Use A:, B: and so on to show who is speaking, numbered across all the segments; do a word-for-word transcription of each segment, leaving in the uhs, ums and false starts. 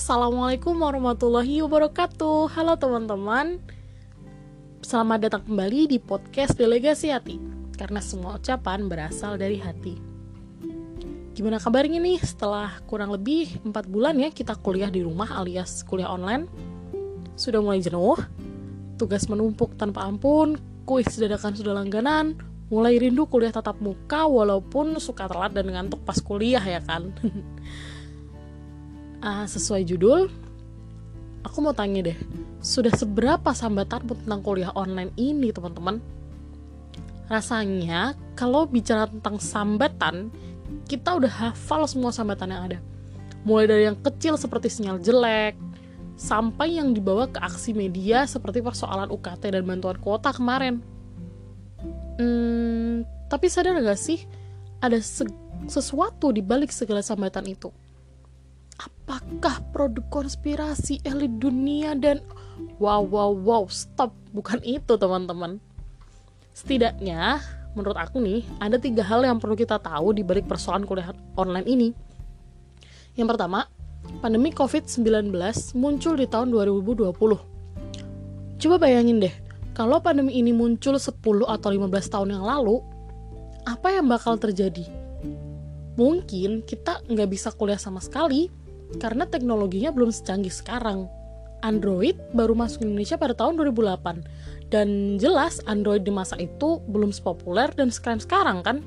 A: Assalamualaikum warahmatullahi wabarakatuh. Halo teman-teman, selamat datang kembali di podcast Delegasi Hati, karena semua ucapan berasal dari hati. Gimana kabarnya nih setelah kurang lebih empat bulan ya kita kuliah di rumah alias kuliah online? Sudah mulai jenuh? Tugas menumpuk tanpa ampun, kuis dadakan sudah langganan, mulai rindu kuliah tatap muka walaupun suka telat dan ngantuk pas kuliah ya kan? Uh, sesuai judul, aku mau tanya deh, sudah seberapa sambatanmu tentang kuliah online ini teman-teman? Rasanya kalau bicara tentang sambatan, kita udah hafal semua sambatan yang ada. Mulai dari yang kecil seperti sinyal jelek, sampai yang dibawa ke aksi media seperti persoalan U K T dan bantuan kuota kemarin. Hmm, tapi sadar gak sih, ada se- sesuatu di balik segala sambatan itu? Apakah produk konspirasi elit dunia dan wow wow wow stop, bukan itu teman-teman. Setidaknya menurut aku nih ada tiga hal yang perlu kita tahu di balik persoalan kuliah online ini. Yang pertama, pandemi covid sembilan belas muncul di tahun dua ribu dua puluh. Coba bayangin deh, kalau pandemi ini muncul sepuluh atau lima belas tahun yang lalu, apa yang bakal terjadi? Mungkin kita nggak bisa kuliah sama sekali, karena teknologinya belum secanggih sekarang. Android baru masuk Indonesia pada tahun dua ribu delapan, dan jelas Android di masa itu belum sepopuler dan sekeren sekarang kan?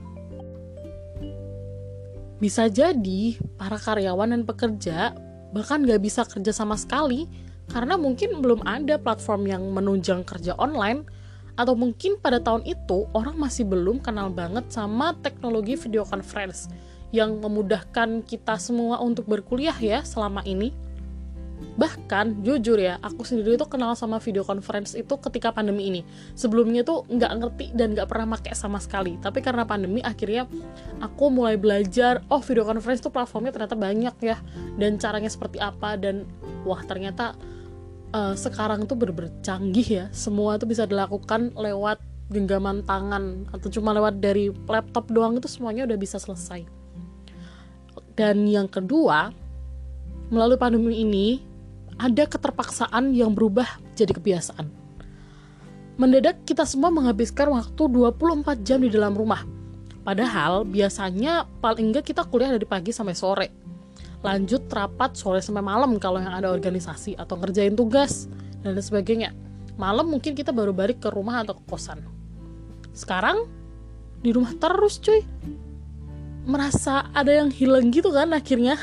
A: Bisa jadi para karyawan dan pekerja bahkan gak bisa kerja sama sekali karena mungkin belum ada platform yang menunjang kerja online, atau mungkin pada tahun itu orang masih belum kenal banget sama teknologi video conference yang memudahkan kita semua untuk berkuliah ya selama ini. Bahkan jujur ya, aku sendiri tuh kenal sama video conference itu ketika pandemi ini. Sebelumnya tuh nggak ngerti dan nggak pernah pakai sama sekali. Tapi karena pandemi akhirnya aku mulai belajar, oh video conference tuh platformnya ternyata banyak ya, dan caranya seperti apa, dan wah ternyata uh, sekarang tuh bener-bener canggih ya. Semua tuh bisa dilakukan lewat genggaman tangan atau cuma lewat dari laptop doang, itu semuanya udah bisa selesai. Dan yang kedua, melalui pandemi ini, ada keterpaksaan yang berubah jadi kebiasaan. Mendadak kita semua menghabiskan waktu dua puluh empat jam di dalam rumah. Padahal biasanya paling enggak kita kuliah dari pagi sampai sore. Lanjut rapat sore sampai malam kalau yang ada organisasi atau ngerjain tugas dan lain sebagainya. Malam mungkin kita baru balik ke rumah atau ke kosan. Sekarang di rumah terus cuy. Merasa ada yang hilang gitu kan akhirnya.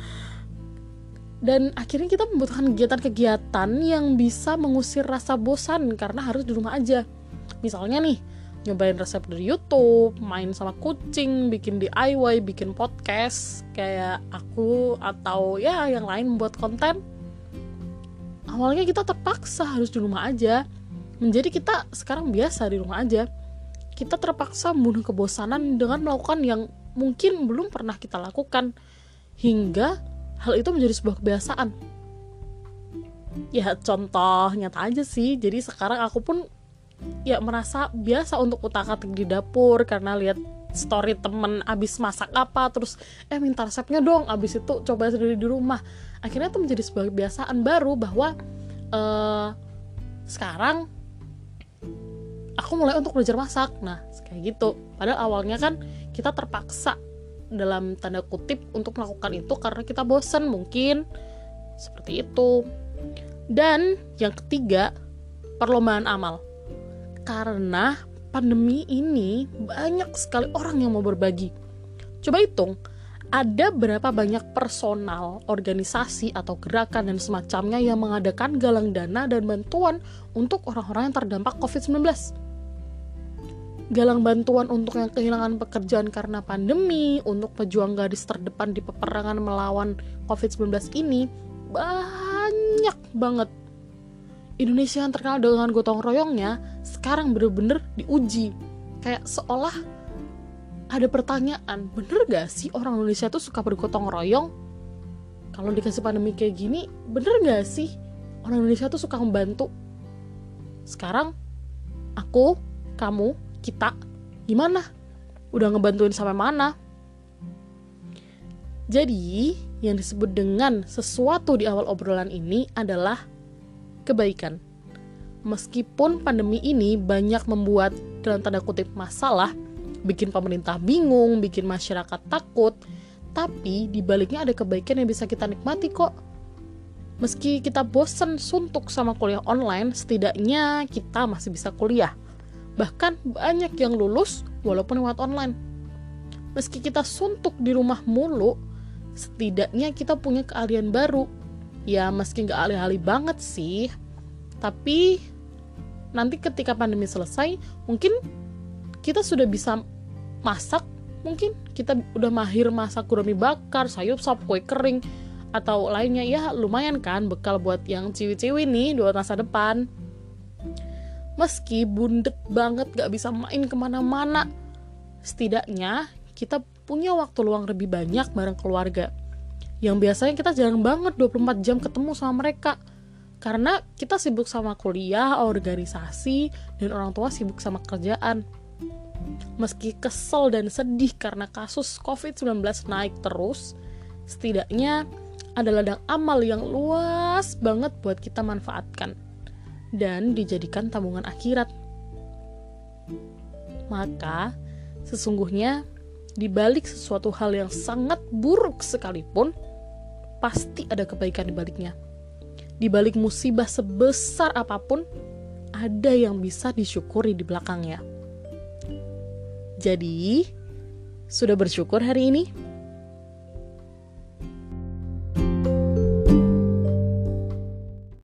A: Dan akhirnya kita membutuhkan kegiatan-kegiatan yang bisa mengusir rasa bosan karena harus di rumah aja. Misalnya nih, nyobain resep dari YouTube, main sama kucing, bikin D I Y, bikin podcast kayak aku, atau ya yang lain membuat konten. Awalnya kita terpaksa harus di rumah aja, menjadi kita sekarang biasa di rumah aja. Kita terpaksa membunuh kebosanan dengan melakukan yang mungkin belum pernah kita lakukan, hingga hal itu menjadi sebuah kebiasaan. Ya contoh nyata aja sih, jadi sekarang aku pun ya merasa biasa untuk utak-atik di dapur karena lihat story temen abis masak apa, terus eh minta resepnya dong, abis itu coba sendiri di rumah. Akhirnya itu menjadi sebuah kebiasaan baru bahwa uh, sekarang aku mulai untuk belajar masak. Nah kayak gitu, padahal awalnya kan kita terpaksa dalam tanda kutip untuk melakukan itu karena kita bosan mungkin, seperti itu. Dan yang ketiga, perlombaan amal. Karena pandemi ini banyak sekali orang yang mau berbagi. Coba hitung, ada berapa banyak personal, organisasi atau gerakan dan semacamnya yang mengadakan galang dana dan bantuan untuk orang-orang yang terdampak covid sembilan belas. Galang bantuan untuk yang kehilangan pekerjaan karena pandemi, untuk pejuang garis terdepan di peperangan melawan covid sembilan belas ini, banyak banget. Indonesia yang terkenal dengan gotong royongnya sekarang bener-bener diuji. Kayak seolah ada pertanyaan, bener gak sih orang Indonesia tuh suka bergotong royong? Kalau dikasih pandemi kayak gini, bener gak sih orang Indonesia tuh suka membantu? Sekarang aku, kamu, kita gimana? Udah ngebantuin sampai mana? Jadi, yang disebut dengan sesuatu di awal obrolan ini adalah kebaikan. Meskipun pandemi ini banyak membuat dalam tanda kutip masalah, bikin pemerintah bingung, bikin masyarakat takut, tapi di baliknya ada kebaikan yang bisa kita nikmati kok. Meski kita bosen suntuk sama kuliah online, setidaknya kita masih bisa kuliah. Bahkan banyak yang lulus walaupun lewat online. Meski kita suntuk di rumah mulu, setidaknya kita punya keahlian baru. Ya meski gak ahli-ahli banget sih, tapi nanti ketika pandemi selesai, mungkin kita sudah bisa masak, mungkin kita udah mahir masak gurami bakar, sayur sop, kue kering, atau lainnya. Ya lumayan kan bekal buat yang ciwi-ciwi nih buat masa depan. Meski bundek banget gak bisa main kemana-mana, setidaknya kita punya waktu luang lebih banyak bareng keluarga, yang biasanya kita jarang banget dua puluh empat jam ketemu sama mereka, karena kita sibuk sama kuliah, organisasi, dan orang tua sibuk sama kerjaan. Meski kesel dan sedih karena kasus covid sembilan belas naik terus, setidaknya ada ladang amal yang luas banget buat kita manfaatkan dan dijadikan tabungan akhirat. Maka sesungguhnya di balik sesuatu hal yang sangat buruk sekalipun, pasti ada kebaikan di baliknya. Di balik musibah sebesar apapun, ada yang bisa disyukuri di belakangnya. Jadi, sudah bersyukur hari ini?